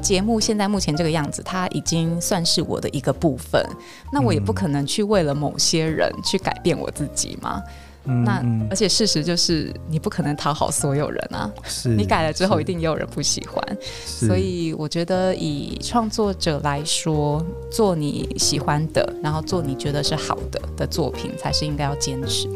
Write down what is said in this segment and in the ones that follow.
节目现在目前这个样子，它已经算是我的一个部分，那我也不可能去为了某些人去改变我自己嘛。那而且事实就是你不可能讨好所有人啊，你改了之后一定也有人不喜欢，所以我觉得以创作者来说，做你喜欢的，然后做你觉得是好的作品才是应该要坚持。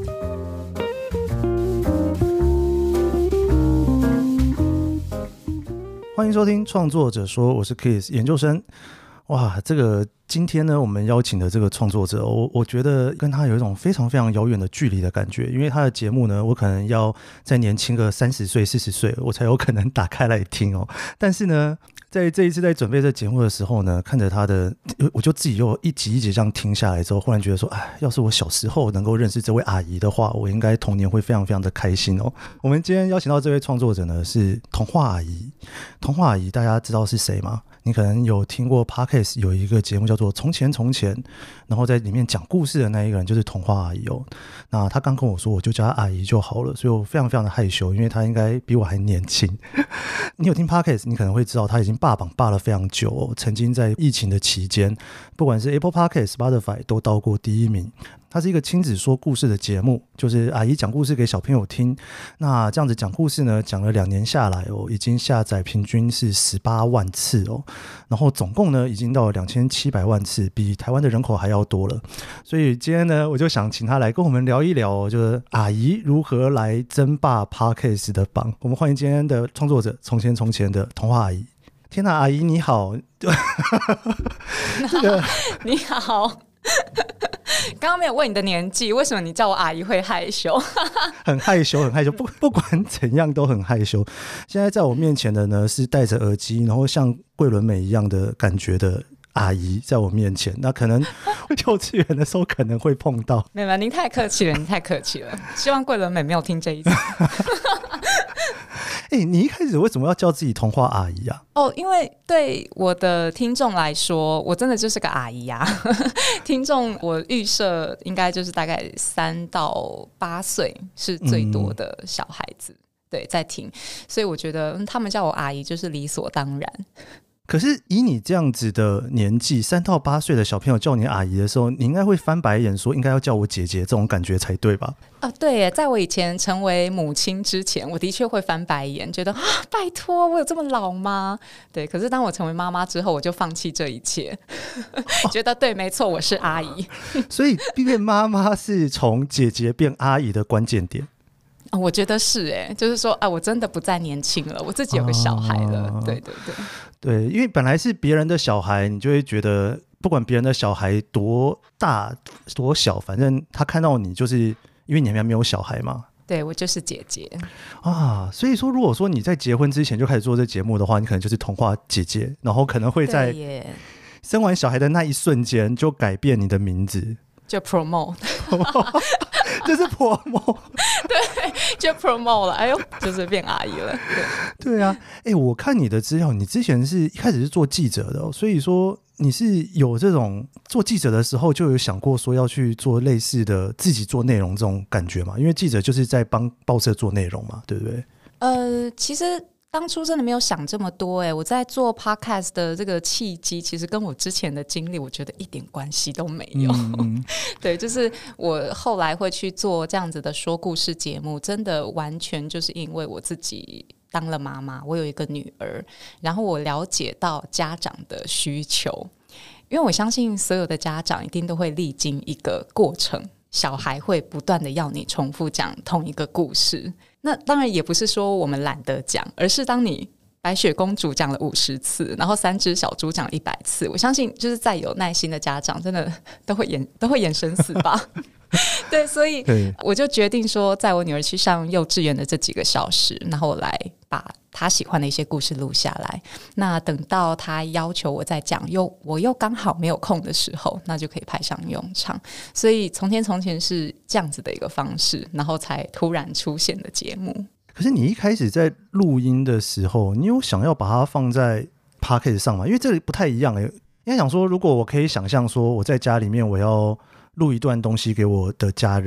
欢迎收听创作者说，我是 Kiss 研究生。哇，这个今天呢，我们邀请的这个创作者，我觉得跟他有一种非常非常遥远的距离的感觉，因为他的节目呢，我可能要再年轻个30岁、40岁，我才有可能打开来听哦。但是呢，在这一次在准备这节目的时候呢，看着他的，我就自己又一集一集这样听下来之后，忽然觉得说，哎，要是我小时候能够认识这位阿姨的话，我应该童年会非常非常的开心哦。我们今天邀请到这位创作者呢，是童话阿姨。童话阿姨，大家知道是谁吗？你可能有听过 Podcast 有一个节目叫做《从前从前》，然后在里面讲故事的那一个人就是童话阿姨哦。那她刚跟我说，我就叫她阿姨就好了，所以我非常非常的害羞，因为她应该比我还年轻。你有听 Podcast， 你可能会知道她已经霸榜霸了非常久哦，曾经在疫情的期间，不管是 Apple Podcast、Spotify 都到过第1名。它是一个亲子说故事的节目，就是阿姨讲故事给小朋友听。那这样子讲故事呢，讲了2年下来哦，已经下载平均是18万次哦，然后总共呢已经到了2700万次，比台湾的人口还要多了。所以今天呢，我就想请她来跟我们聊一聊哦，就是阿姨如何来争霸 Podcast 的榜。我们欢迎今天的创作者，从前从前的童话阿姨。天哪，阿姨你好！ 你好。刚刚没有问你的年纪，为什么你叫我阿姨会害羞？ 很害羞，很害羞，不管怎样都很害羞。现在在我面前的呢是戴着耳机，然后像桂纶镁一样的感觉的阿姨在我面前，那可能幼稚园的时候可能会碰到。 没有，您太客气了，您太客气了。希望桂纶镁没有听这一集。 你一开始为什么要叫自己童话阿姨啊？ 因为对我的听众来说，我真的就是个阿姨啊。听众我预设应该就是大概3到8岁是最多的小孩子，对，在听，所以我觉得他们叫我阿姨就是理所当然。 可是以你这样子的年纪，3到8岁的小朋友叫你阿姨的时候，你应该会翻白眼说应该要叫我姐姐，这种感觉才对吧？ 对耶，在我以前成为母亲之前，我的确会翻白眼，觉得拜托我有这么老吗？对，可是当我成为妈妈之后，我就放弃这一切。觉得对，没错，我是阿姨。 所以变妈妈是从姐姐变阿姨的关键点。 我觉得是就是说我真的不再年轻了，我自己有个小孩了。对对对对，因为本来是别人的小孩，你就会觉得不管别人的小孩多大多小，反正他看到你，就是因为你还没有小孩嘛。 对，我就是姐姐所以说如果说你在结婚之前就开始做这节目的话，你可能就是童话姐姐，然后可能会在生完小孩的那一瞬间就改变你的名字， 就 promote 这是 promote 对，就 promote 了，哎呦，就是变阿姨了。 对啊，我看你的资料，你之前是一开始是做记者的所以说你是有这种做记者的时候就有想过说要去做类似的自己做内容这种感觉嘛？因为记者就是在帮报社做内容嘛，对不对？ 其实当初真的没有想这么多我在做 podcast 的这个契机其实跟我之前的经历我觉得一点关系都没有。对，就是我后来会去做这样子的说故事节目，真的完全就是因为我自己当了妈妈，我有一个女儿，然后我了解到家长的需求，因为我相信所有的家长一定都会历经一个过程，小孩会不断的要你重复讲同一个故事。那当然也不是说我们懒得讲，而是当你白雪公主讲了50次，然后3只小猪讲了100次，我相信就是再有耐心的家长真的都会眼神死吧。对，所以我就决定说在我女儿去上幼稚园的这几个小时，然后我来把她喜欢的一些故事录下来，那等到她要求我再讲我又刚好没有空的时候，那就可以派上用场。所以从前是这样子的一个方式，然后才突然出现的节目。 可是你一开始在录音的时候，你有想要把它放在 Podcast 上吗？因为这里不太一样应该想说，如果我可以想象说我在家里面我要录一段东西给我的家人，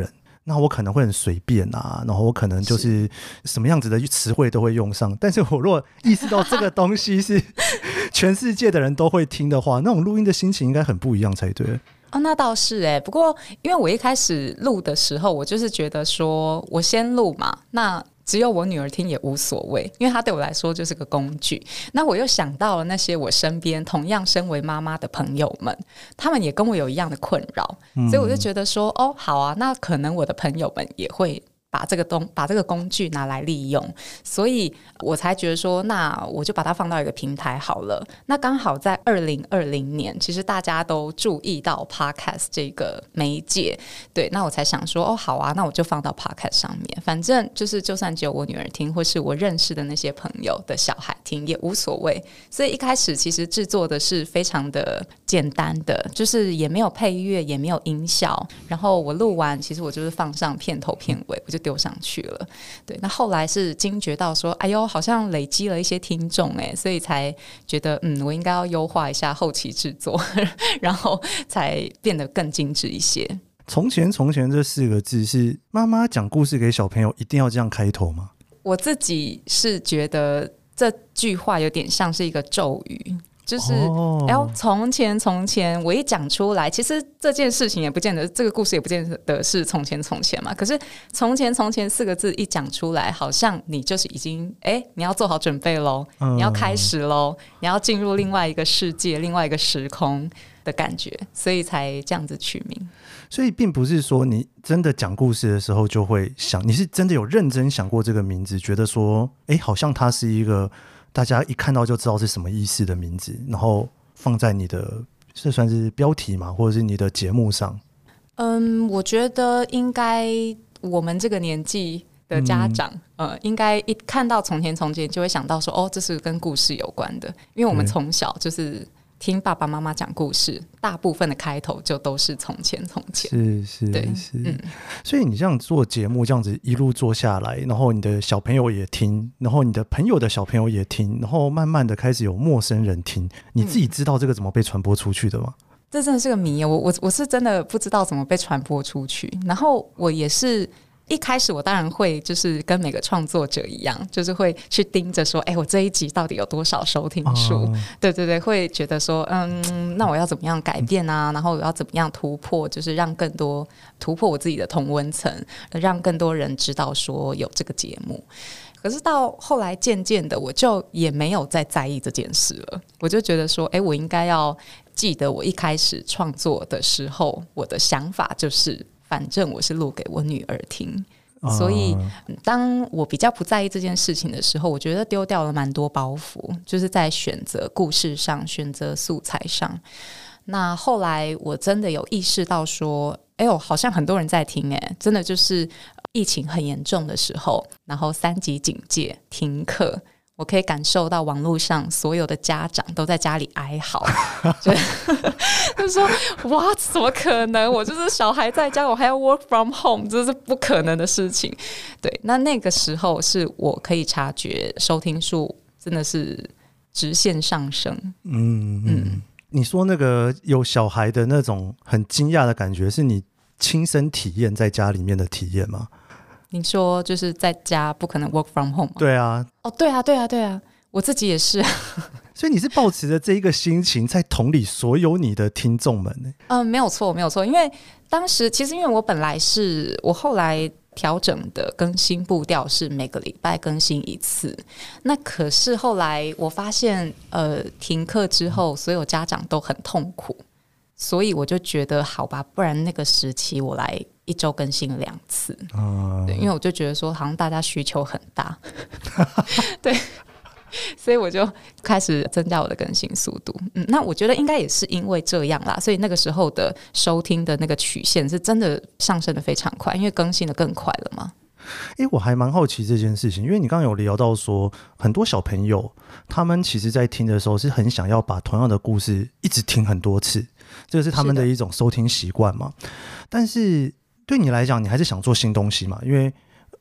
那我可能会很随便啊，然后我可能就是什么样子的词汇都会用上，但是我如果意识到这个东西是全世界的人都会听的话，那种录音的心情应该很不一样才对。 哦，那倒是不过因为我一开始录的时候，我就是觉得说我先录嘛，那只有我女儿听也无所谓，因为她对我来说就是个工具。那我又想到了那些我身边同样身为妈妈的朋友们，他们也跟我有一样的困扰，所以我就觉得说哦，好啊，那可能我的朋友们也会把这个工具拿来利用，所以我才觉得说那我就把它放到一个平台好了。那刚好在2020年其实大家都注意到 Podcast 这个媒介，对，那我才想说哦好啊，那我就放到 Podcast 上面，反正就算只有我女儿听或是我认识的那些朋友的小孩听也无所谓。所以一开始其实制作的是非常的简单的，就是也没有配乐也没有音效，然后我录完其实我就是放上片头片尾我就丢上去了。对，那后来是惊觉到说哎呦好像累积了一些听众所以才觉得我应该要优化一下后期制作然后才变得更精致一些。 从前这4个字是妈妈讲故事给小朋友一定要这样开头吗？ 我自己是觉得这句话有点像是一个咒语，就是从前我一讲出来，其实这件事情也不见得，这个故事也不见得是从前嘛，可是从前4个字一讲出来，好像你就是已经你要做好准备咯，你要开始咯，你要进入另外一个世界另外一个时空的感觉，所以才这样子取名。 所以并不是说你真的讲故事的时候就会想，你是真的有认真想过这个名字，觉得说好像它是一个大家一看到就知道是什么意思的名字，然后放在你的这算是标题嘛，或者是你的节目上。 我觉得应该我们这个年纪的家长应该一看到从前就会想到说哦，这是跟故事有关的，因为我们从小就是听爸爸妈妈讲故事，大部分的开头就都是从前。 是，所以你这样做节目，这样子一路做下来，然后你的小朋友也听，然后你的朋友的小朋友也听，然后慢慢的开始有陌生人听，你自己知道这个怎么被传播出去的吗？ 这真的是个谜，我是真的不知道怎么被传播出去。然后我也是一开始我当然会就是跟每个创作者一样，就是会去盯着说我这一集到底有多少收听数，对，会觉得说那我要怎么样改变啊，然后我要怎么样突破，就是让更多突破我自己的同温层，让更多人知道说有这个节目。可是到后来渐渐的我就也没有再在意这件事了，我就觉得说我应该要记得我一开始创作的时候我的想法就是反正我是录给我女儿听，所以当我比较不在意这件事情的时候，我觉得丢掉了蛮多包袱，就是在选择故事上选择素材上。那后来我真的有意识到说好像很多人在听真的就是疫情很严重的时候，然后3级警戒停课，我可以感受到网络上所有的家长都在家里哀嚎就说哇怎么可能，我就是小孩在家我还要 work from home， 这是不可能的事情。对，那个时候是我可以察觉收听数真的是直线上升。 你说那个有小孩的那种很惊讶的感觉，是你亲身体验在家里面的体验吗？ 你说就是在家不可能 work from home 吗？ 对啊， 对啊，我自己也是所以你是抱持着这一个心情在同理所有你的听众们没有错，因为当时其实因为我后来调整的更新步调是每个礼拜更新1次，那可是后来我发现停课之后所有家长都很痛苦，所以我就觉得好吧，不然那个时期我来1周更新2次对，因为我就觉得说好像大家需求很大对，所以我就开始增加我的更新速度。那我觉得应该也是因为这样啦，所以那个时候的收听的那个曲线是真的上升的非常快，因为更新的更快了嘛。 我还蛮好奇这件事情，因为你刚刚有聊到说很多小朋友他们其实在听的时候是很想要把同样的故事一直听很多次，这个是他们的一种收听习惯嘛。但是对你来讲你还是想做新东西嘛，因为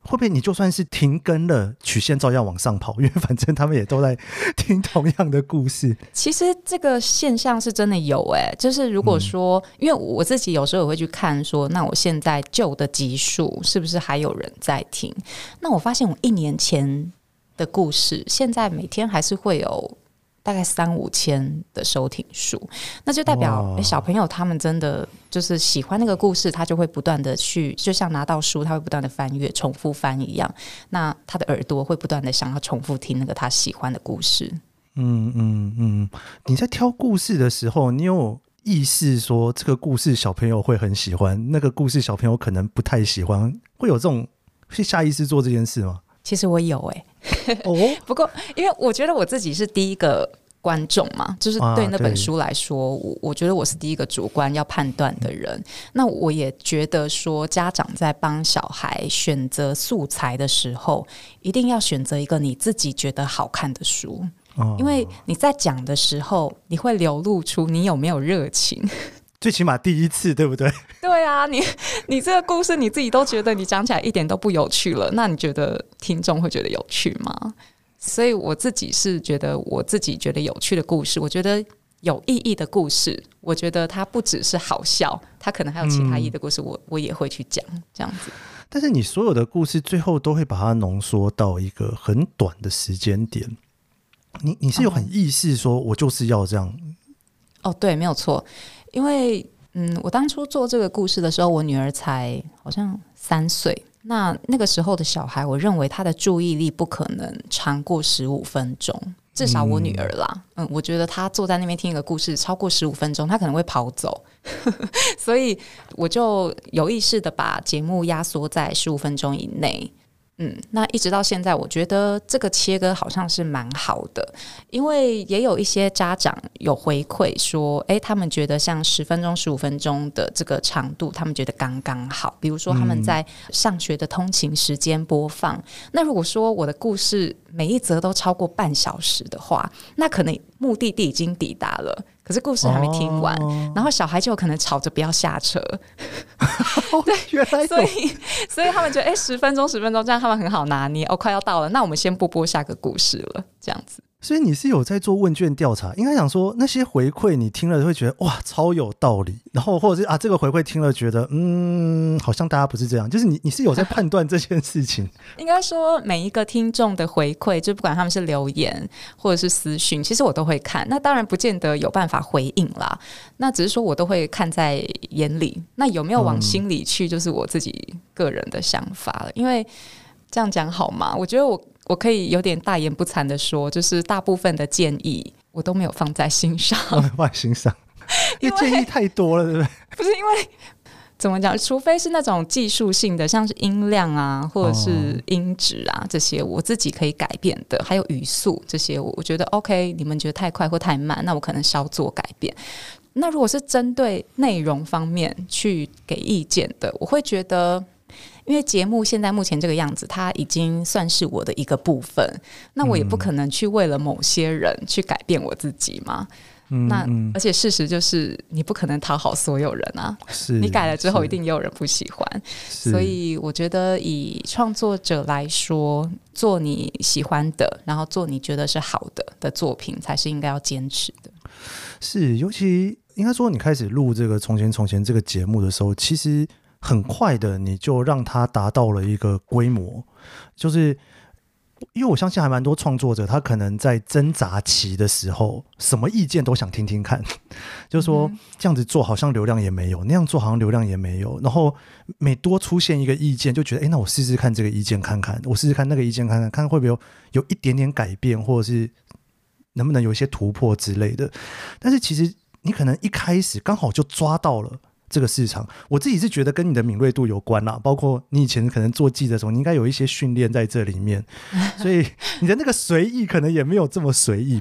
会不会你就算是停更了，曲线照样往上跑，因为反正他们也都在听同样的故事。 其实这个现象是真的有就是如果说因为我自己有时候也会去看说，那我现在旧的集数是不是还有人在听，那我发现我1年前的故事现在每天还是会有大概3-5千的收听数，那就代表小朋友他们真的就是喜欢那个故事，他就会不断的去，就像拿到书他会不断的翻阅重复翻一样，那他的耳朵会不断的想要重复听那个他喜欢的故事。 你在挑故事的时候，你有意识说这个故事小朋友会很喜欢，那个故事小朋友可能不太喜欢，会有这种是下意识做这件事吗？ 其实我有不过因为我觉得我自己是第一个观众嘛，就是对那本书来说，我觉得我是第一个主观要判断的人。那我也觉得说，家长在帮小孩选择素材的时候，一定要选择一个你自己觉得好看的书，因为你在讲的时候，你会流露出你有没有热情。 最起码第一次，对不对？ 对啊，你这个故事你自己都觉得你讲起来一点都不有趣了，那你觉得听众会觉得有趣吗？所以我自己是觉得我自己觉得有趣的故事，我觉得有意义的故事，我觉得它不只是好笑，它可能还有其他意义的故事，我也会去讲这样子。 但是你所有的故事最后都会把它浓缩到一个很短的时间点，你是有很意识说我就是要这样？ 对，没有错。因为我当初做这个故事的时候，我女儿才好像3岁，那个时候的小孩，我认为他的注意力不可能长过15分钟，至少我女儿啦，我觉得她坐在那边听一个故事超过15分钟，她可能会跑走所以我就有意识的把节目压缩在15分钟以内。那一直到现在，我觉得这个切割好像是蛮好的，因为也有一些家长有回馈说，他们觉得像10分钟、15分钟的这个长度，他们觉得刚刚好。比如说他们在上学的通勤时间播放，那如果说我的故事每一则都超过半小时的话，那可能目的地已经抵达了，可是故事还没听完，然后小孩就有可能吵着不要下车对，原来所以他们觉得10分钟这样他们很好拿捏，快要到了，那我们先播下个故事了，这样子。 所以你是有在做问卷调查，应该讲说那些回馈你听了会觉得哇超有道理，然后或者是这个回馈听了觉得好像大家不是这样，就是你是有在判断这件事情应该说每一个听众的回馈，就不管他们是留言或者是私讯，其实我都会看，那当然不见得有办法回应啦，那只是说我都会看在眼里，那有没有往心里去就是我自己个人的想法了。因为这样讲好吗？我觉得我可以有点大言不惭的说，就是大部分的建议我都没有放在心上， 没放在心上，因为建议太多了，对不对？ 不是，因为怎么讲，除非是那种技术性的，像是音量啊或者是音质啊这些我自己可以改变的，还有语速这些我觉得 OK， 你们觉得太快或太慢，那我可能稍作改变。那如果是针对内容方面去给意见的，我会觉得因为节目现在目前这个样子，它已经算是我的一个部分，那我也不可能去为了某些人去改变我自己嘛。那而且事实就是你不可能讨好所有人啊，你改了之后一定也有人不喜欢，所以我觉得以创作者来说，做你喜欢的，然后做你觉得是好的作品才是应该要坚持的。 是，尤其应该说你开始录这个从前这个节目的时候，其实很快的你就让它达到了一个规模，就是因为我相信还蛮多创作者他可能在挣扎期的时候什么意见都想听听看就是说这样子做好像流量也没有，那样做好像流量也没有，然后每多出现一个意见就觉得那我试试看这个意见看看，我试试看那个意见看看，看会不会有一点点改变，或者是能不能有一些突破之类的。但是其实你可能一开始刚好就抓到了这个市场，我自己是觉得跟你的敏锐度有关啦，包括你以前可能做记者的时候你应该有一些训练在这里面所以你的那个随意可能也没有这么随意吧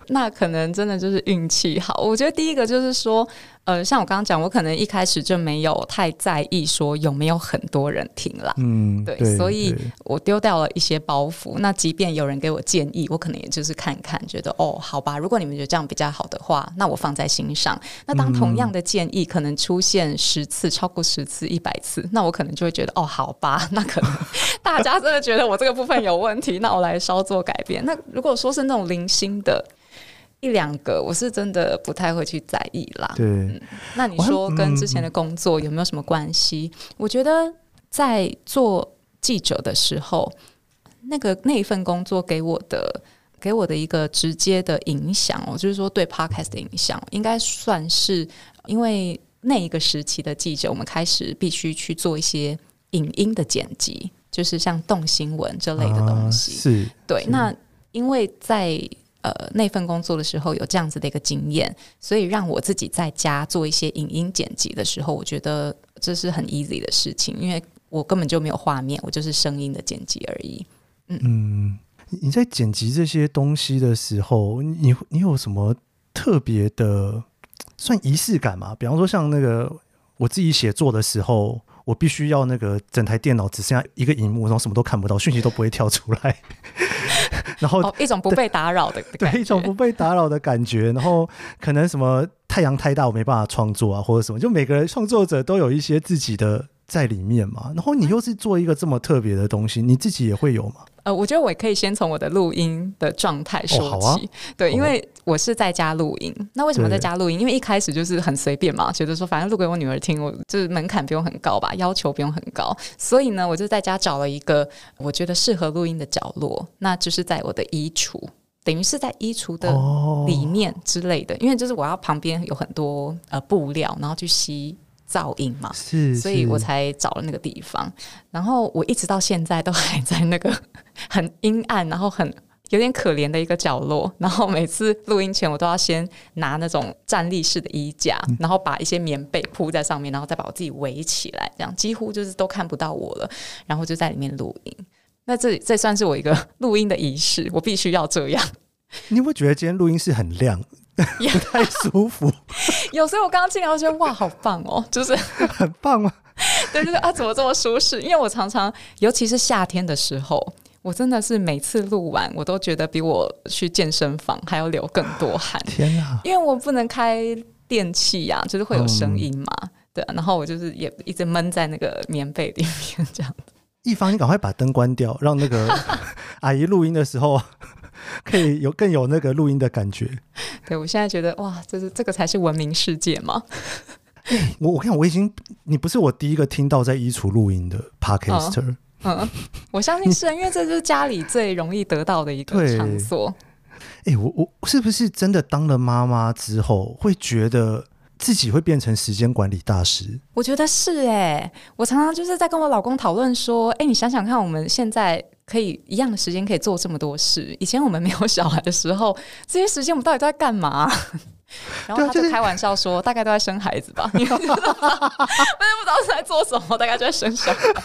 那可能真的就是运气好。我觉得第一个就是说像我刚刚讲，我可能一开始就没有太在意说有没有很多人听啦，对，所以我丢掉了一些包袱。那即便有人给我建议，我可能也就是看看，觉得好吧，如果你们觉得这样比较好的话，那我放在心上。那当同样的建议可能出现10次，超过10次、100次，那我可能就会觉得好吧，那可能大家真的觉得我这个部分有问题，那我来稍作改变。那如果说是那种零星的1、2个，我是真的不太会去在意啦。 对， 那你说跟之前的工作有没有什么关系？我觉得在做记者的时候，那一份工作给我的一个直接的影响就是说对 podcast 的影响，应该算是因为那一个时期的记者，我们开始必须去做一些影音的剪辑，就是像动新闻这类的东西。 是， 对。那因为在那份工作的时候有这样子的一个经验，所以让我自己在家做一些影音剪辑的时候，我觉得这是很 easy 的事情，因为我根本就没有画面，我就是声音的剪辑而已。 你在剪辑这些东西的时候，你有什么特别的算仪式感吗？比方说像那个我自己写作的时候，我必须要那个整台电脑只剩下一个萤幕，然后什么都看不到，讯息都不会跳出来然后一种不被打扰的感觉， 对，一种不被打扰的感觉。然后可能什么太阳太大我没办法创作啊，或者什么，就每个创作者都有一些自己的在里面嘛。然后你又是做一个这么特别的东西，你自己也会有吗？ 我觉得我也可以先从我的录音的状态说起。 好啊， 对，因为我是在家录音。那为什么在家录音？因为一开始就是很随便嘛，觉得说反正录给我女儿听，我就是门槛不用很高吧，要求不用很高，所以呢，我就在家找了一个我觉得适合录音的角落，那就是在我的衣橱。等于是在衣橱的里面之类的，因为就是我要旁边有很多布料，然后去吸噪音嘛，所以我才找了那个地方。然后我一直到现在都还在那个很阴暗，然后很有点可怜的一个角落。然后每次录音前，我都要先拿那种站立式的衣架，然后把一些棉被铺在上面，然后再把我自己围起来，这样几乎就是都看不到我了。然后就在里面录音。那这算是我一个录音的仪式，我必须要这样。 你会觉得今天录音室很亮？不太舒服有，所以我刚刚进来我觉得哇好棒就是很棒吗？ 对，就是怎么这么舒适？因为我常常尤其是夏天的时候，我真的是每次录完我都觉得比我去健身房还要流更多汗。 天哪， 因为我不能开电器啊，就是会有声音嘛，对，然后我就是也一直闷在那个棉被里面这样子。 一方你赶快把灯关掉，让那个阿姨录音的时候可以更有那个录音的感觉。 对，我现在觉得哇，这个才是文明世界嘛。 我看你不是我第一个听到在衣橱录音的 podcaster。 我相信是因为这就是家里最容易得到的一个场所。 我是不是真的当了妈妈之后会觉得自己会变成时间管理大师？ 我觉得是我常常就是在跟我老公讨论说你想想看，我们现在可以一样的时间可以做这么多事，以前我们没有小孩的时候，这些时间我们到底都在干嘛？然后他就开玩笑说大概都在生孩子吧，你不知道是在做什么，大概就在生小孩。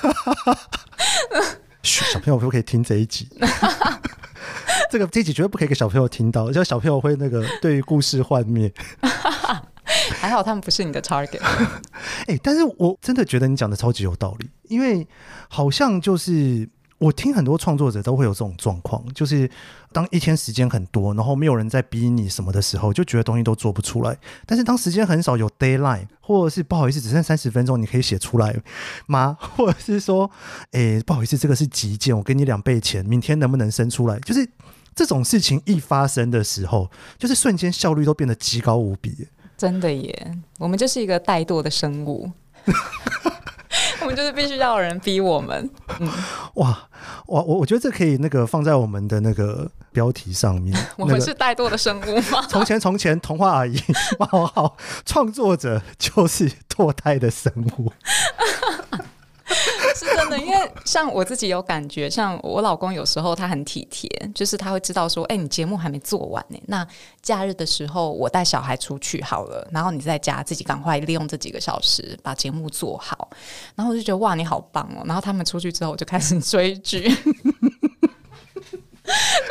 小朋友不可以听这一集这一集绝对不可以给小朋友听到，叫小朋友会那个对于故事幻灭还好他们不是你的 target 但是我真的觉得你讲的超级有道理，因为好像就是我听很多创作者都会有这种状况，就是当一天时间很多，然后没有人在逼你什么的时候，就觉得东西都做不出来。但是当时间很少，有 deadline， 或者是不好意思只剩30分钟，你可以写出来吗？或者是说不好意思这个是急件，我给你2倍钱，明天能不能生出来？就是这种事情一发生的时候，就是瞬间效率都变得极高无比。 真的耶，我们就是一个怠惰的生物我们就是必须要有人逼我们。 我觉得这可以那个放在我们的那个标题上面我们是怠惰的生物吗？ 从前童话阿姨创作者就是堕胎的生物是真的，因为像我自己有感觉，像我老公有时候他很体贴，就是他会知道说你节目还没做完呢，那假日的时候我带小孩出去好了，然后你在家自己赶快利用这几个小时把节目做好。然后我就觉得哇你好棒然后他们出去之后我就开始追剧就是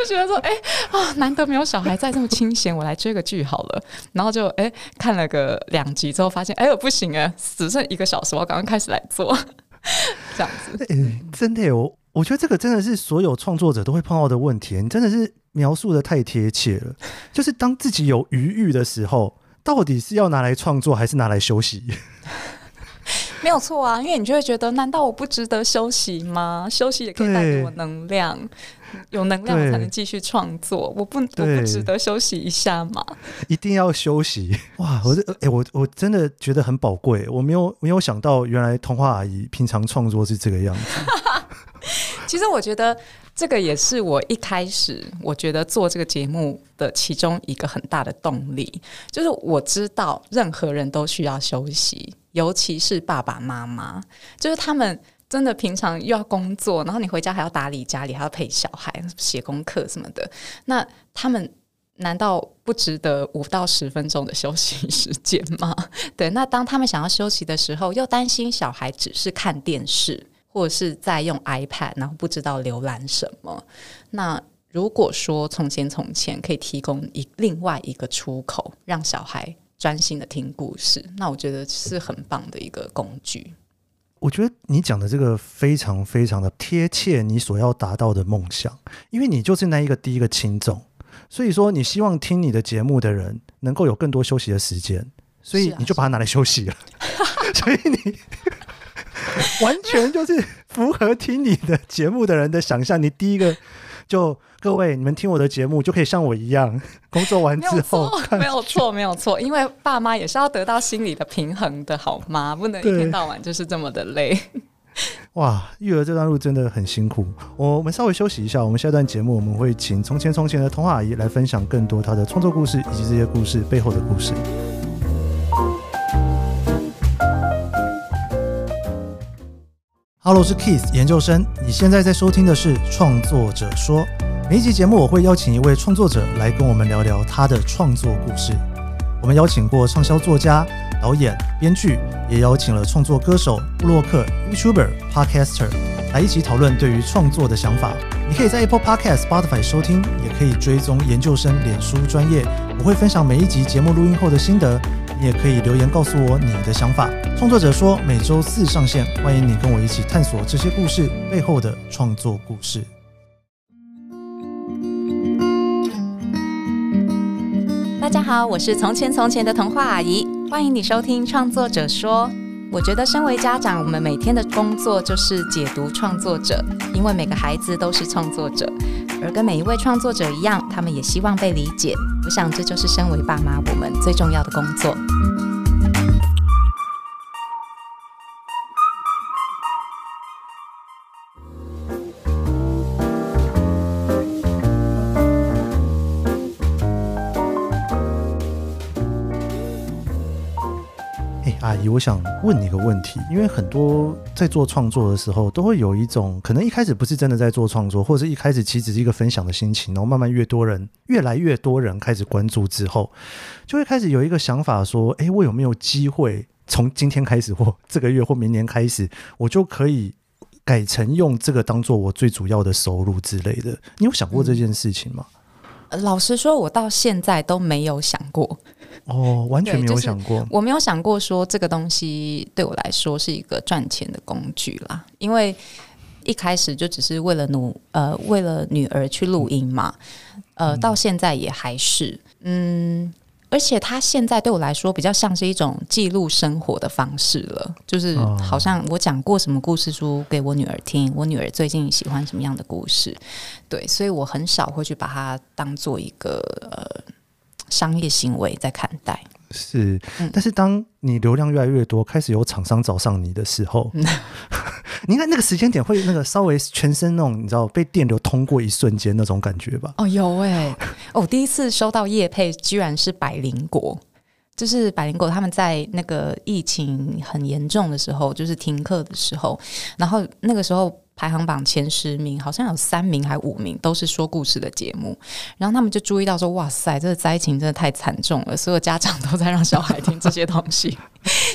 觉得说难得没有小孩再这么清闲，我来追个剧好了。然后就看了个2集之后发现不行只剩1个小时，我要赶快开始来做这样子。 真的耶，我觉得这个真的是所有创作者都会碰到的问题，你真的是描述的太贴切了。就是当自己有余裕的时候，到底是要拿来创作还是拿来休息？ 没有错啊，因为你就会觉得难道我不值得休息吗？休息也可以带给我能量，有能量我才能继续创作，我不值得休息一下吗？ 一定要休息。哇，我真的觉得很宝贵，我没有想到原来童话阿姨平常创作是这个样子。 其实我觉得这个也是我一开始我觉得做这个节目的其中一个很大的动力，就是我知道任何人都需要休息，尤其是爸爸妈妈，就是他们真的平常又要工作，然后你回家还要打理家里，还要陪小孩写功课什么的，那他们难道不值得5到10分钟的休息时间吗？对，那当他们想要休息的时候，又担心小孩只是看电视或者是在用 iPad， 然后不知道浏览什么。那如果说从前可以提供另外一个出口，让小孩专心的听故事，那我觉得是很棒的一个工具。 我觉得你讲的这个非常非常的贴切你所要达到的梦想，因为你就是那第一个亲种，所以说你希望听你的节目的人能够有更多休息的时间，所以你就把它拿来休息了。所以你完全就是符合听你的节目的人的想象。你第一个就各位，你们听我的节目就可以像我一样，工作完之后没有错，因为爸妈也是要得到心理的平衡的好吗？不能一天到晚就是这么的累。 哇，育儿这段路真的很辛苦。我们稍微休息一下，我们下段节目我们会请从前的童话阿姨来分享更多她的创作故事以及这些故事背后的故事。Hello， 我是 Keith 研究生，你现在在收听的是创作者说。每一集节目我会邀请一位创作者来跟我们聊聊他的创作故事。我们邀请过畅销作家、导演、编剧，也邀请了创作歌手、部落客、YouTuber、Podcaster 来一起讨论对于创作的想法。你可以在 Apple Podcast、Spotify 收听，也可以追踪研究生脸书专页，我会分享每一集节目录音后的心得。你也可以留言告诉我你的想法。创作者说每周4上线，欢迎你跟我一起探索这些故事背后的创作故事。 大家好，我是从前的童话阿姨，欢迎你收听创作者说。我觉得身为家长，我们每天的工作就是解读创作者，因为每个孩子都是创作者，而跟每一位创作者一样，他们也希望被理解。我想这就是身为爸妈我们最重要的工作。 阿姨，我想问你一个问题，因为很多在做创作的时候都会有一种可能一开始不是真的在做创作，或者是一开始其实只是一个分享的心情，然后慢慢越来越多人开始关注之后，就会开始有一个想法说，我有没有机会从今天开始或这个月或明年开始，我就可以改成用这个当做我最主要的收入之类的。你有想过这件事情吗？ 老实说，我到现在都没有想过。 完全没有想过。 我没有想过说这个东西对我来说是一个赚钱的工具啦，因为一开始就只是为了女儿去录音嘛，到现在也还是而且它现在对我来说比较像是一种记录生活的方式了，就是好像我讲过什么故事书给我女儿听，我女儿最近喜欢什么样的故事，对，所以我很少会去把它当做一个商业行为在看待。 是，但是当你流量越来越多，开始有厂商找上你的时候，你看那个时间点会那个稍微全身那种你知道被电流通过一瞬间那种感觉吧？有我第一次收到业配居然是百灵果，就是百灵果他们在那个疫情很严重的时候，就是停课的时候，然后那个时候排行榜前10名好像有3名还5名都是说故事的节目，然后他们就注意到说哇塞，这个灾情真的太惨重了，所有家长都在让小孩听这些东西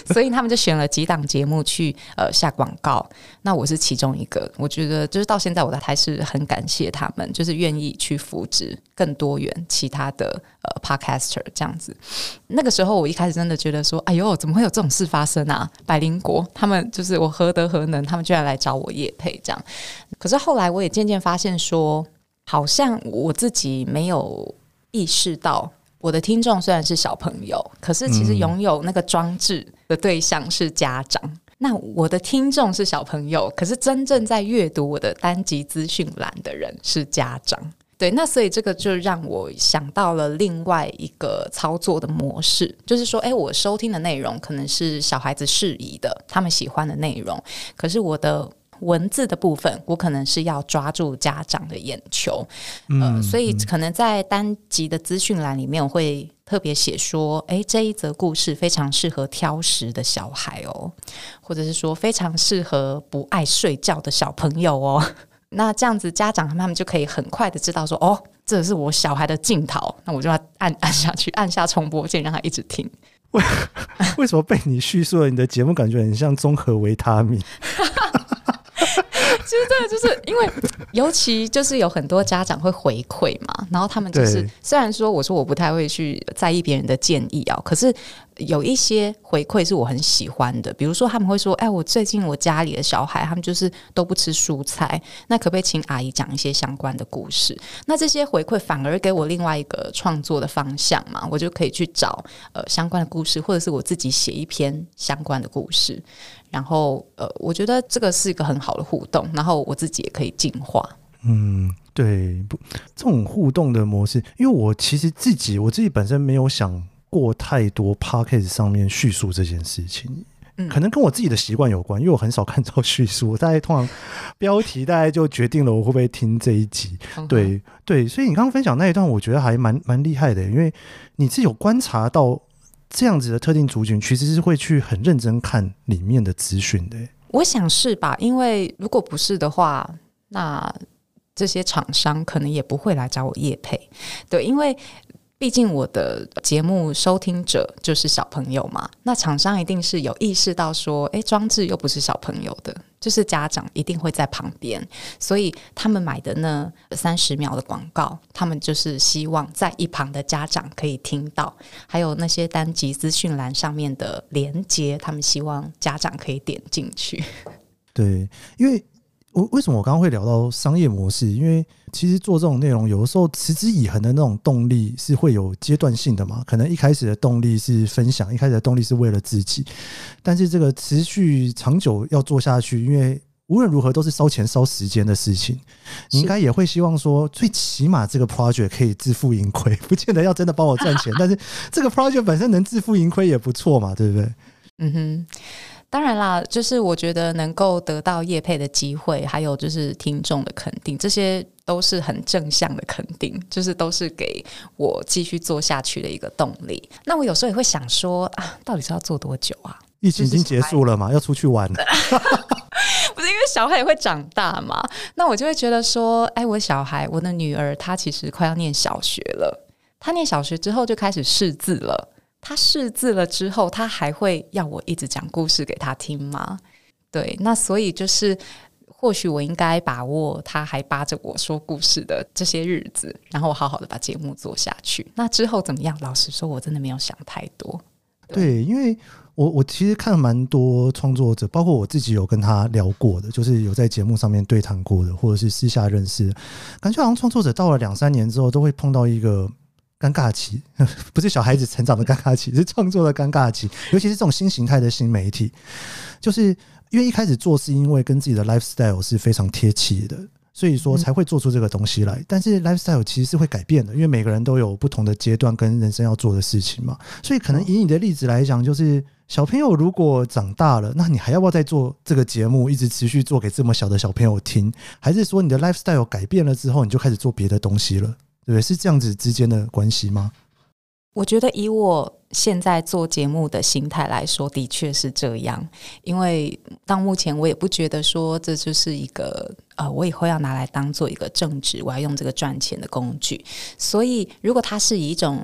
所以他们就选了几档节目去下广告。那我是其中一个，我觉得就是到现在我还是很感谢他们，就是愿意去扶植更多元其他的podcaster 这样子。那个时候我一开始真的觉得说，哎呦，怎么会有这种事发生啊？百灵果他们就是我何德何能，他们居然来找我业配这样。可是后来我也渐渐发现说，好像我自己没有意识到，我的听众虽然是小朋友，可是其实拥有那个装置的对象是家长。那我的听众是小朋友，可是真正在阅读我的单集资讯栏的人是家长。对，那所以这个就让我想到了另外一个操作的模式，就是说，我收听的内容可能是小孩子适宜的，他们喜欢的内容，可是我的文字的部分我可能是要抓住家长的眼球，所以可能在单集的资讯栏里面我会特别写说，这一则故事非常适合挑食的小孩哦，或者是说非常适合不爱睡觉的小朋友哦。那这样子家长他们就可以很快的知道说，哦，这是我小孩的镜头，那我就要按下去，按下重播键让他一直听。 为什么被你叙述了你的节目感觉很像综合维他命？ 其实真的就是因为尤其就是有很多家长会回馈嘛，然后他们就是虽然说我说我不太会去在意别人的建议啊，可是有一些回馈是我很喜欢的，比如说他们会说，我最近我家里的小孩他们就是都不吃蔬菜，那可不可以请阿姨讲一些相关的故事？那这些回馈反而给我另外一个创作的方向嘛，我就可以去找相关的故事，或者是我自己写一篇相关的故事，然后我觉得这个是一个很好的互动，然后我自己也可以进化。 对，这种互动的模式，因为我其实我自己本身没有想过太多 podcast 上面叙述这件事情，可能跟我自己的习惯有关，因为我很少看到叙述，我大概通常标题大概就决定了我会不会听这一集。对，所以你刚刚分享那一段我觉得还蛮厉害的，因为你是有观察到这样子的特定族群其实是会去很认真看里面的资讯的。 我想是吧，因为如果不是的话，那这些厂商可能也不会来找我业配。对，因为毕竟我的节目收听者就是小朋友嘛，那厂商一定是有意识到说，装置又不是小朋友的，就是家长一定会在旁边，所以他们买的那30秒的广告，他们就是希望在一旁的家长可以听到，还有那些单集资讯栏上面的连结，他们希望家长可以点进去。 对，因为为什么我刚刚会聊到商业模式？因为其实做这种内容有的时候持之以恒的那种动力是会有阶段性的嘛，可能一开始的动力是分享，一开始的动力是为了自己，但是这个持续长久要做下去，因为无论如何都是烧钱烧时间的事情，你应该也会希望说最起码这个 project 可以自负盈亏，不见得要真的帮我赚钱但是这个 project 本身能自负盈亏也不错嘛，对不对？ 当然啦，就是我觉得能够得到业配的机会，还有就是听众的肯定，这些都是很正向的肯定，就是都是给我继续做下去的一个动力。那我有时候也会想说到底是要做多久啊？ 疫情已经结束了嘛，要出去玩了不是因为小孩也会长大嘛，那我就会觉得说，我小孩，我的女儿她其实快要念小学了，她念小学之后就开始识字了，他识字了之后，他还会要我一直讲故事给他听吗？对，那所以就是或许我应该把握他还扒着我说故事的这些日子，然后好好的把节目做下去。那之后怎么样？老实说我真的没有想太多。 对，因为我其实看了蛮多创作者，包括我自己有跟他聊过的，就是有在节目上面对谈过的，或者是私下认识的，感觉好像创作者到了2-3年之后都会碰到一个尴尬期，不是小孩子成长的尴尬期，是创作的尴尬期，尤其是这种新形态的新媒体，就是因为一开始做是因为跟自己的 lifestyle 是非常贴切的，所以说才会做出这个东西来，但是 lifestyle 其实是会改变的，因为每个人都有不同的阶段跟人生要做的事情嘛，所以可能以你的例子来讲，就是小朋友如果长大了，那你还要不要再做这个节目，一直持续做给这么小的小朋友听，还是说你的 lifestyle 改变了之后你就开始做别的东西了，对，是这样子之间的关系吗？ 我觉得以我现在做节目的心态来说，的确是这样，因为到目前我也不觉得说这就是一个我以后要拿来当做一个正职，我要用这个赚钱的工具，所以如果它是以一种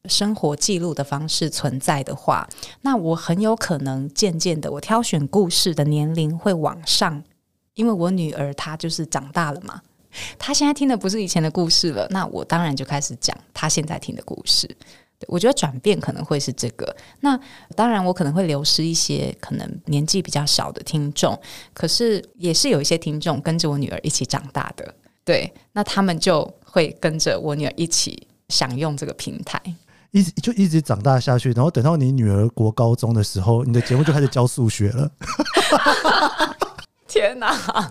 生活记录的方式存在的话，那我很有可能渐渐的我挑选故事的年龄会往上，因为我女儿她就是长大了嘛，她现在听的不是以前的故事了，那我当然就开始讲她现在听的故事。我觉得转变可能会是这个，那当然我可能会流失一些可能年纪比较小的听众，可是也是有一些听众跟着我女儿一起长大的，对，那他们就会跟着我女儿一起享用这个平台， 一直长大下去，然后等到你女儿国高中的时候，你的节目就开始教数学了。 天哪！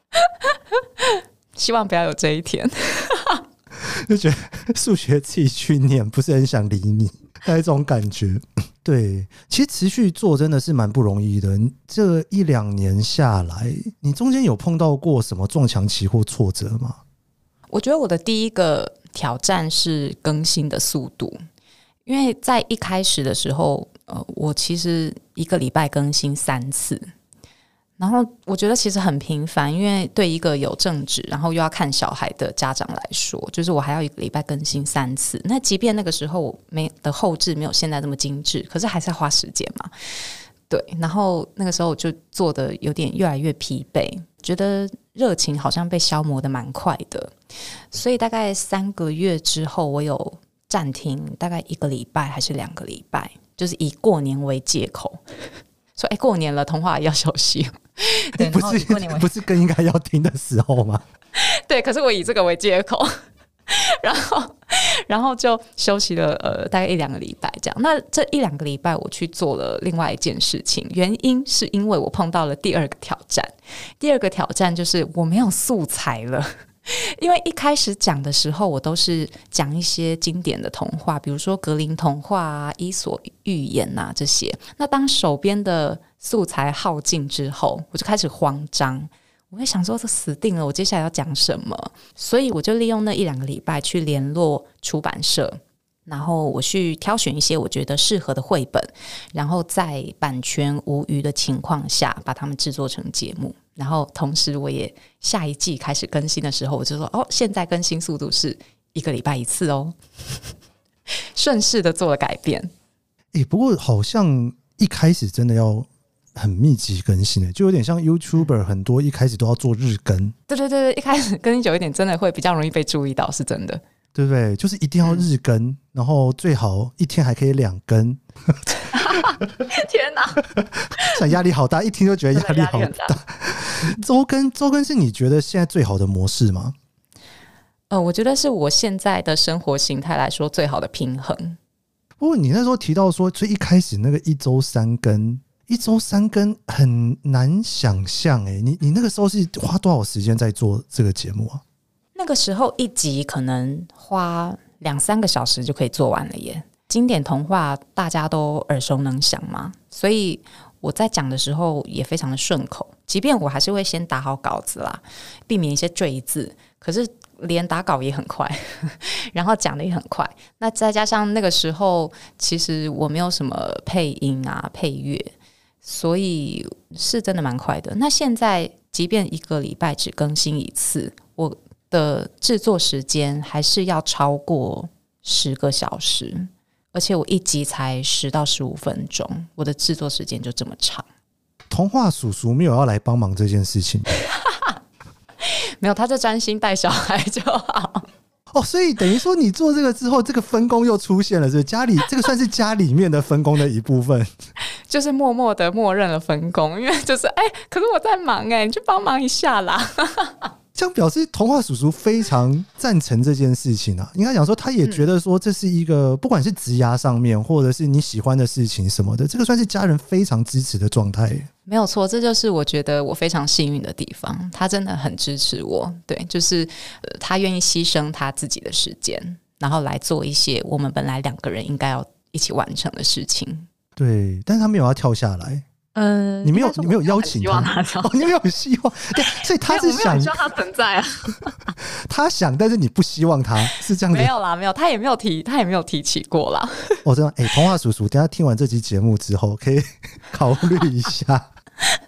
希望不要有这一天。 就觉得数学自己去念，不是很想理你，大概这种感觉。对，其实持续做真的是蛮不容易的。这1-2年下来，你中间有碰到过什么撞墙期或挫折吗？ 我觉得我的第一个挑战是更新的速度，因为在一开始的时候，我其实1个礼拜更新3次。然后我觉得其实很频繁，因为对一个有正职然后又要看小孩的家长来说，就是我还要1个礼拜更新3次。那即便那个时候的后制没有现在这么精致，可是还是要花时间嘛。对，然后那个时候我就做的有点越来越疲惫，觉得热情好像被消磨的蛮快的，所以大概3个月之后，我有暂停大概1个礼拜还是2个礼拜，就是以过年为借口。说过年了，童话要休息。对，然后以过年为不是更应该要听的时候吗？ 对，可是我以这个为借口，然后就休息了大概1-2个礼拜这样。那这1-2个礼拜我去做了另外一件事情，原因是因为我碰到了第2个挑战。第2个挑战就是我没有素材了。因为一开始讲的时候我都是讲一些经典的童话，比如说格林童话啊、伊索寓言啊这些。那当手边的素材耗尽之后，我就开始慌张，我会想说这死定了，我接下来要讲什么？所以我就利用那1-2个礼拜去联络出版社，然后我去挑选一些我觉得适合的绘本，然后在版权无虞的情况下把它们制作成节目。然后同时我也下一季开始更新的时候，我就说现在更新速度是1个礼拜1次哦，顺势的做了改变。 不过好像一开始真的要很密集更新的，就有点像 YouTuber 很多一开始都要做日更。 对对对，一开始更新久一点真的会比较容易被注意到，是真的， 对不对？就是一定要日更，然后最好一天还可以2更。 天哪， 想压力好大，一听就觉得压力好大。周更是你觉得现在最好的模式吗？ 我觉得是我现在的生活形态来说最好的平衡。 不过你那时候提到说，所以一开始那个1周3更，1周3更很难想象你那个时候是花多少时间在做这个节目啊？ 那个时候1集可能花2-3个小时就可以做完了耶。经典童话大家都耳熟能详嘛，所以我在讲的时候也非常的顺口，即便我还是会先打好稿子啦，避免一些赘字，可是连打稿也很快然后讲的也很快。那再加上那个时候其实我没有什么配音啊配乐，所以是真的蛮快的。那现在即便1个礼拜只更新1次，我的制作时间还是要超过10个小时，而且我1集才10到15分钟，我的制作时间就这么长。 童话叔叔没有要来帮忙这件事情没有，他就专心带小孩就好。 所以等于说你做这个之后，这个分工又出现了，是家里这个算是家里面的分工的一部分就是默默的默认了分工，因为就是可是我在忙你去帮忙一下啦这样表示童话叔叔非常赞成这件事情啊，应该讲说他也觉得说这是一个不管是职涯上面或者是你喜欢的事情什么的，这个算是家人非常支持的状态。 没有错，这就是我觉得我非常幸运的地方，他真的很支持我。对，就是他愿意牺牲他自己的时间，然后来做一些我们本来2个人应该要一起完成的事情。 对，但是他没有要跳下来。你没有邀请他，你没有希望，对，所以他是想， 我没有希望他存在啊。 他想，但是你不希望他是这样子。 没有啦，没有，他也没有提起过啦。 我知道，童话叔叔，等一下听完这期节目之后，可以考虑一下。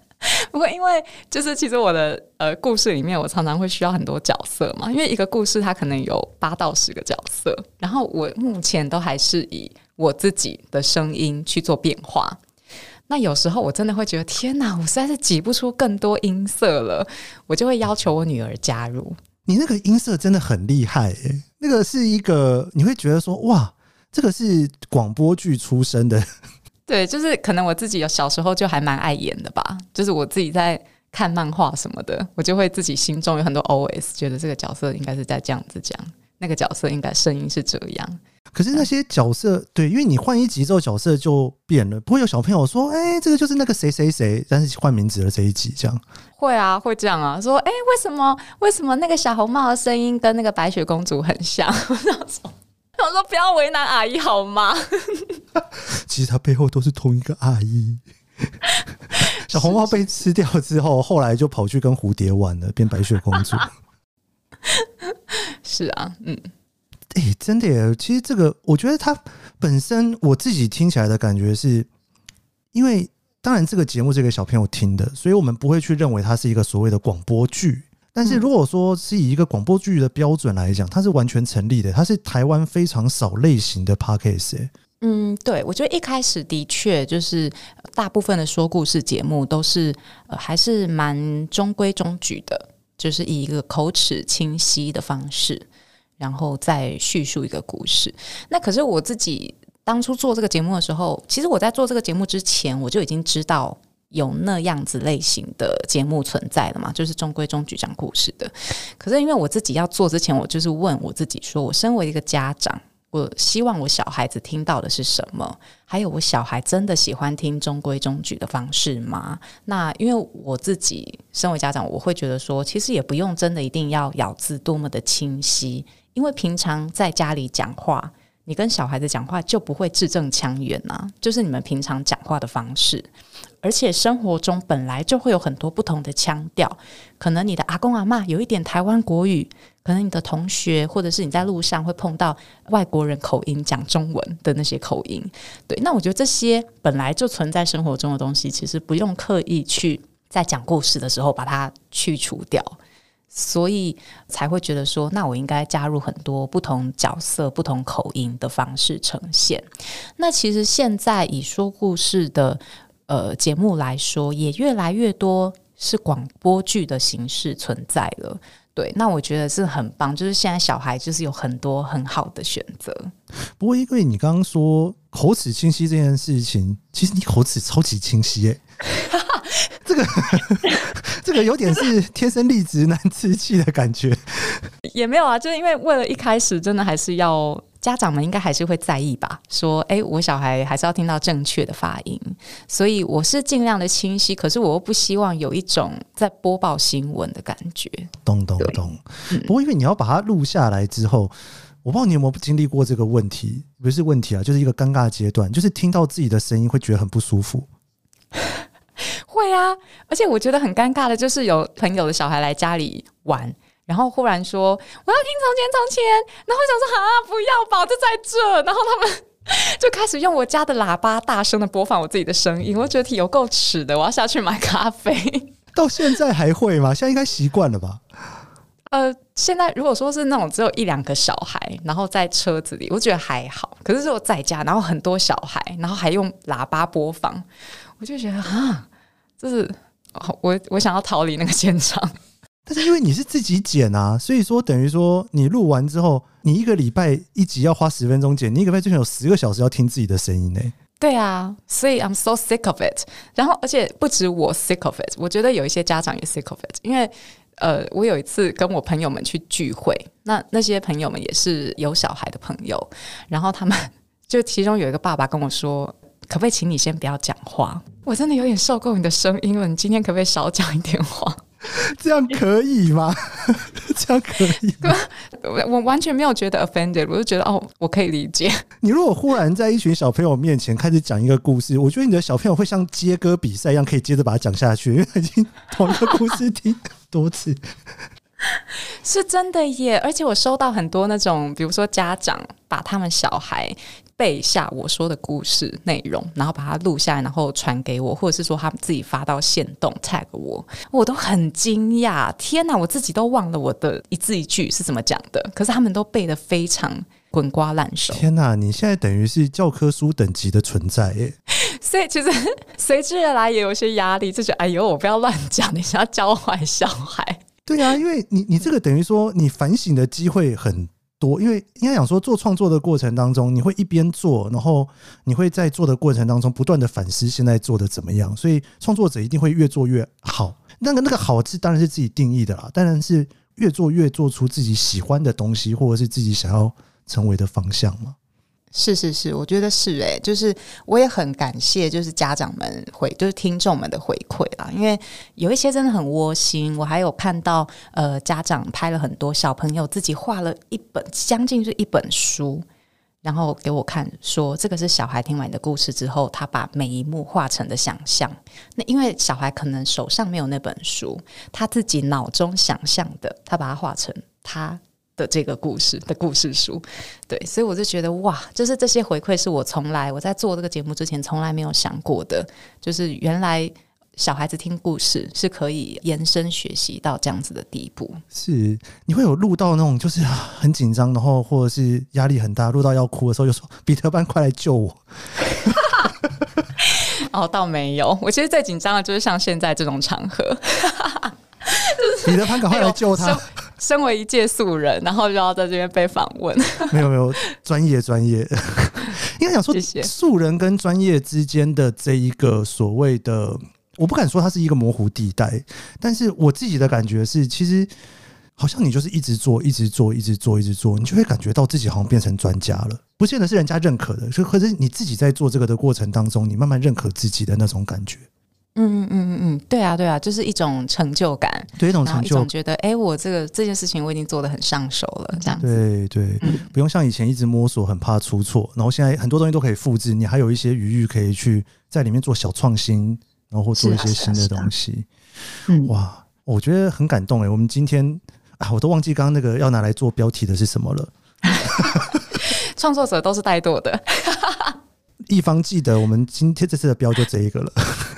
不过因为就是其实我的故事里面，我常常会需要很多角色嘛，因为一个故事它可能有8到10个角色，然后我目前都还是以我自己的声音去做变化。那有时候我真的会觉得天哪，我实在是挤不出更多音色了，我就会要求我女儿加入。 你那个音色真的很厉害耶，那个是一个你会觉得说哇，这个是广播剧出身的。 对，就是可能我自己小时候就还蛮爱演的吧，就是我自己在看漫画什么的，我就会自己心中有很多 OS， 觉得这个角色应该是在这样子讲，那个角色应该声音是这样。 可是那些角色，对，因为你换一集之后角色就变了，不会有小朋友说哎、这个就是那个谁谁谁，但是换名字了这一集这样。 会啊，会这样啊，说哎、为什么那个小红帽的声音跟那个白雪公主很像？我说不要为难阿姨好吗？ 其实他背后都是同一个阿姨。小红帽被吃掉之后，后来就跑去跟蝴蝶玩了，变白雪公主。 是啊， 真的耶，其实这个我觉得它本身我自己听起来的感觉是，因为当然这个节目是给小朋友听的，所以我们不会去认为它是一个所谓的广播剧。但是如果说是以一个广播剧的标准来讲，它是完全成立的，它是台湾非常少类型的 podcast。 对，我觉得一开始的确就是大部分的说故事节目都是还是蛮中规中矩的，就是以一个口齿清晰的方式，然后再叙述一个故事。那可是我自己当初做这个节目的时候，其实我在做这个节目之前，我就已经知道有那样子类型的节目存在了嘛，就是中规中矩讲故事的。可是因为我自己要做之前，我就是问我自己说，我身为一个家长，我希望我小孩子听到的是什么？还有我小孩真的喜欢听中规中矩的方式吗？那因为我自己身为家长，我会觉得说，其实也不用真的一定要咬字多么的清晰，因为平常在家里讲话，你跟小孩子讲话就不会字正腔圆啊，就是你们平常讲话的方式。而且生活中本来就会有很多不同的腔调，可能你的阿公阿嬷有一点台湾国语，可能你的同学或者是你在路上会碰到外国人口音讲中文的那些口音。对，那我觉得这些本来就存在生活中的东西，其实不用刻意去在讲故事的时候把它去除掉，所以才会觉得说，那我应该加入很多不同角色、不同口音的方式呈现。那其实现在以说故事的节目来说，也越来越多是广播剧的形式存在了。对，那我觉得是很棒，就是现在小孩就是有很多很好的选择。 不过因为你刚刚说口齿清晰这件事情，其实你口齿超级清晰耶。这个有点是天生丽质难自弃的感觉。 也没有啊，就是因为为了一开始真的还是要家长们应该还是会在意吧，说我小孩还是要听到正确的发音，所以我是尽量的清晰，可是我又不希望有一种在播报新闻的感觉。 懂。不过因为你要把它录下来之后，我不知道你有没有经历过这个问题，不是问题啊，就是一个尴尬的阶段，就是听到自己的声音会觉得很不舒服。 会啊，而且我觉得很尴尬的就是有朋友的小孩来家里玩，然后忽然说我要听从前，然后我想说不要吧，就在这，然后他们就开始用我家的喇叭大声的播放我自己的声音，我觉得有够耻的，我要下去买咖啡。 到现在还会吗？现在应该习惯了吧？ 现在如果说是那种只有1-2个小孩，然后在车子里，我觉得还好。可是如果在家，然后很多小孩，然后还用喇叭播放，我就觉得就是我想要逃离那个现场。 但是因为你是自己剪啊，所以说等于说你录完之后，你一个礼拜一集要花10分钟剪，你一个礼拜就有10个小时要听自己的声音呢。 对啊，所以 I'm so sick of it。 然后而且不止我 sick of it， 我觉得有一些家长也 sick of it。 因为我有一次跟我朋友们去聚会，那些朋友们也是有小孩的朋友，然后他们就其中有一个爸爸跟我说，可不可以请你先不要讲话，我真的有点受够你的声音了，你今天可不可以少讲一点话？ 这样可以吗？这样可以吗？ 我完全没有觉得 offended， 我就觉得我可以理解。 你如果忽然在一群小朋友面前开始讲一个故事，我觉得你的小朋友会像接歌比赛一样，可以接着把它讲下去，因为他已经同一个故事听多次。 是真的耶，而且我收到很多那种比如说家长把他们小孩背下我说的故事内容，然后把它录下来，然后传给我，或者是说他们自己发到限动 tag 我，我都很惊讶。天哪，我自己都忘了我的一字一句是怎么讲的，可是他们都背得非常滚瓜烂熟。 天哪，你现在等于是教科书等级的存在耶。 所以其实随之而来也有一些压力，就觉得哎呦，我不要乱讲，你想要教坏小孩。 对啊，因为你这个等于说你反省的机会很多，因为应该讲说做创作的过程当中，你会一边做，然后你会在做的过程当中不断的反思现在做的怎么样，所以创作者一定会越做越好。那个好是当然是自己定义的啦，当然是越做出自己喜欢的东西，或者是自己想要成为的方向嘛。 是是是，我觉得是就是我也很感谢就是家长们就是听众们的回馈啦，因为有一些真的很窝心。我还有看到家长拍了很多小朋友自己画了一本将近是一本书，然后给我看说这个是小孩听完你的故事之后他把每一幕画成的想象。那因为小孩可能手上没有那本书，他自己脑中想象的，他把它画成他的这个故事的故事书。对，所以我就觉得哇，就是这些回馈是我在做这个节目之前从来没有想过的，就是原来小孩子听故事是可以延伸学习到这样子的地步。 是，你会有录到那种就是很紧张，然后或者是压力很大，录到要哭的时候就说彼得班快来救我。 哦，倒没有，我其实最紧张的就是像现在这种场合。 彼得潘赶快来救他。 身为一介素人，然后就要在这边被访问。 没有，专业。应该讲说，素人跟专业之间的这一个所谓的，我不敢说它是一个模糊地带，但是我自己的感觉是，其实好像你就是一直做，你就会感觉到自己好像变成专家了，不见得是人家认可的，可是你自己在做这个的过程当中，你慢慢认可自己的那种感觉。 对啊，就是一种成就感， 对，一种成就， 一种觉得我这件事情我已经做得很上手了，这样子。 对，不用像以前一直摸索，很怕出错，然后现在很多东西都可以复制，你还有一些余裕可以去在里面做小创新，然后或做一些新的东西。哇，我觉得很感动我们今天我都忘记刚刚那个要拿来做标题的是什么了。 创作者都是怠惰的。 一方记得我们今天这次的标就这一个了。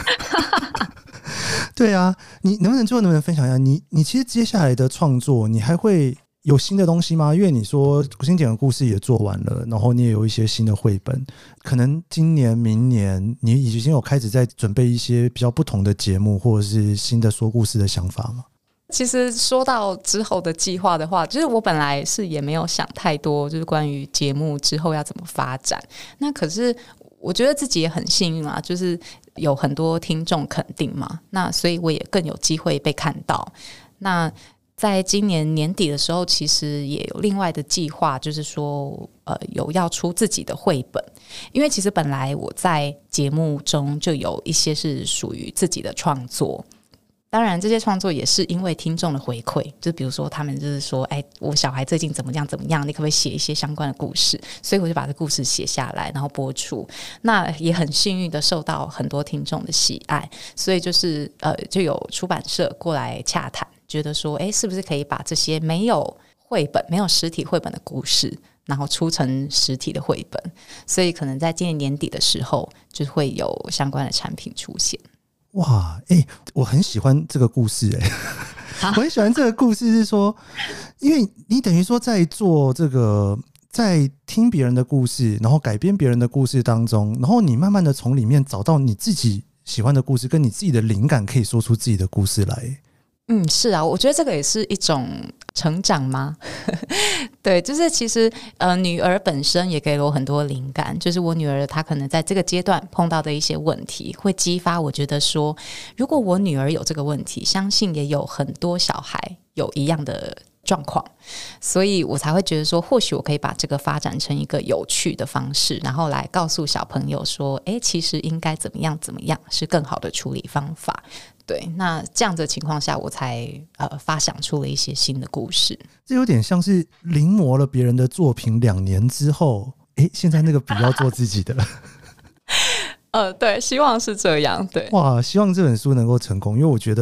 对啊，你最后能不能分享一下你其实接下来的创作你还会有新的东西吗？因为你说经典的故事也做完了，然后你也有一些新的绘本，可能今年明年你已经有开始在准备一些比较不同的节目或者是新的说故事的想法吗？ 其实说到之后的计划的话，就是我本来是也没有想太多，就是关于节目之后要怎么发展。那可是我觉得自己也很幸运啊，就是有很多听众肯定嘛，那所以我也更有机会被看到。那在今年年底的时候，其实也有另外的计划，就是说有要出自己的绘本。因为其实本来我在节目中就有一些是属于自己的创作，当然这些创作也是因为听众的回馈，就比如说他们就是说我小孩最近怎么样，你可不可以写一些相关的故事，所以我就把这故事写下来然后播出。那也很幸运的受到很多听众的喜爱，所以就是就有出版社过来洽谈，觉得说是不是可以把这些没有实体绘本的故事然后出成实体的绘本，所以可能在今年年底的时候就会有相关的产品出现。 哇，我很喜欢这个故事我很喜欢这个故事是说，因为你等于说在做这个，在听别人的故事然后改编别人的故事当中，然后你慢慢的从里面找到你自己喜欢的故事跟你自己的灵感，可以说出自己的故事来。 是啊，我觉得这个也是一种成长吗？对，就是其实女儿本身也给了我很多灵感，就是我女儿她可能在这个阶段碰到的一些问题，会激发我觉得说，如果我女儿有这个问题，相信也有很多小孩有一样的状况，所以我才会觉得说，或许我可以把这个发展成一个有趣的方式，然后来告诉小朋友说，其实应该怎么样是更好的处理方法。对，那这样的情况下我才发想出了一些新的故事。 这有点像是临摹了别人的作品2年之后，现在那个笔要做自己的了。 对，希望是这样。对， 哇，希望这本书能够成功，因为我觉得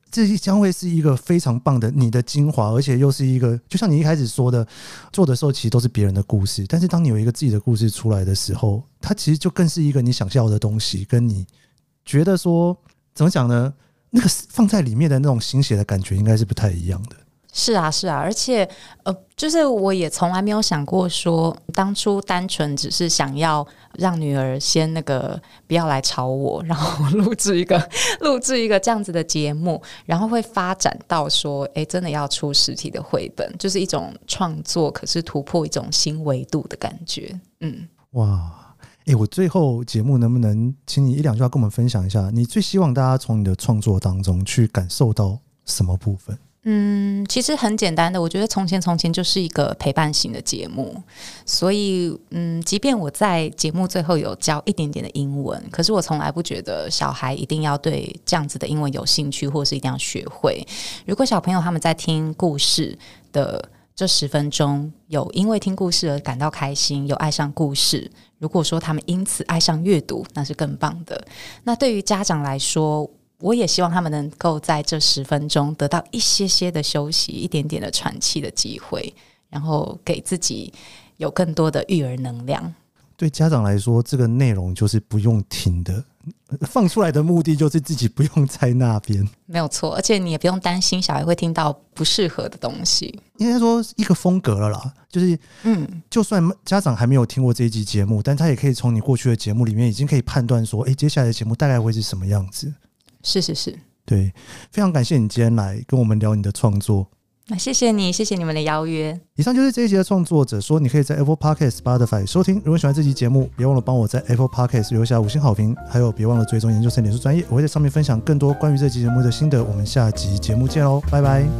这将会是一个非常棒的你的精华，而且又是一个就像你一开始说的，做的时候其实都是别人的故事，但是当你有一个自己的故事出来的时候，它其实就更是一个你想象的东西，跟你觉得说怎么讲呢，那个放在里面的那种心血的感觉应该是不太一样的。 是啊，是啊，而且就是我也从来没有想过说，当初单纯只是想要让女儿先那个不要来吵我，然后录制一个这样子的节目，然后会发展到说，真的要出实体的绘本，就是一种创作，可是突破一种新维度的感觉。 哇，我最后节目能不能请你一两句话跟我们分享一下，你最希望大家从你的创作当中去感受到什么部分？ 其实很简单的，我觉得从前就是一个陪伴型的节目，所以即便我在节目最后有教一点点的英文，可是我从来不觉得小孩一定要对这样子的英文有兴趣，或是一定要学会。如果小朋友他们在听故事的这10分钟有因为听故事而感到开心，有爱上故事，如果说他们因此爱上阅读，那是更棒的。那对于家长来说，我也希望他们能够在这10分钟得到一些些的休息，一点点的喘气的机会，然后给自己有更多的育儿能量。 对家长来说，这个内容就是不用听的，放出来的目的就是自己不用在那边， 没有错，而且你也不用担心小孩会听到不适合的东西。 应该说一个风格了啦，就是就算家长还没有听过这一集节目，但他也可以从你过去的节目里面已经可以判断说，接下来的节目大概会是什么样子。 是， 对，非常感谢你今天来跟我们聊你的创作。 那谢谢你们的邀约。 以上就是这一集的创作者说，你可以在 Apple Podcast、Spotify 收听。如果喜欢这期节目，别忘了帮我在 Apple Podcast 留下5星好评，还有别忘了追踪研究生脸书专页，我会在上面分享更多关于这期节目的心得。我们下集节目见喽，拜拜。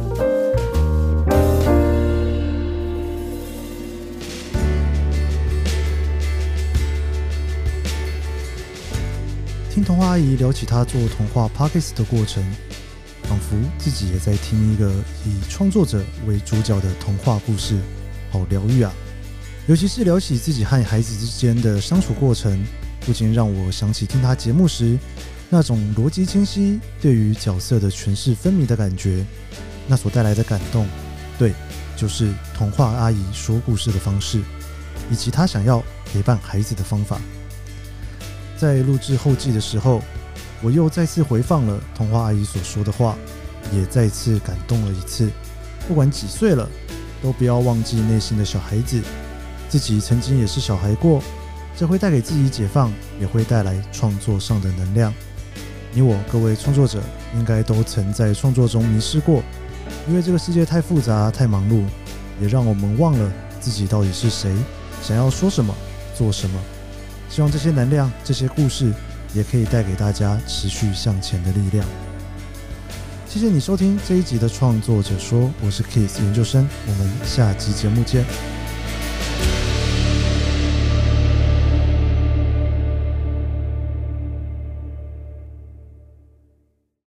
听童话阿姨聊起她做童话 Podcast 的过程，仿佛自己也在听一个以创作者为主角的童话故事，好疗愈啊！尤其是聊起自己和孩子之间的相处过程，不禁让我想起听她节目时那种逻辑清晰、对于角色的诠释分明的感觉，那所带来的感动，对，就是童话阿姨说故事的方式，以及她想要陪伴孩子的方法。在录制后记的时候，我又再次回放了童话阿姨所说的话，也再次感动了一次。不管几岁了，都不要忘记内心的小孩子，自己曾经也是小孩过，这会带给自己解放，也会带来创作上的能量。你我各位创作者应该都曾在创作中迷失过，因为这个世界太复杂太忙碌，也让我们忘了自己到底是谁，想要说什么做什么。希望这些能量这些故事也可以带给大家持续向前的力量。谢谢你收听这一集的创作者说，我是 Keith 研究生，我们下集节目见。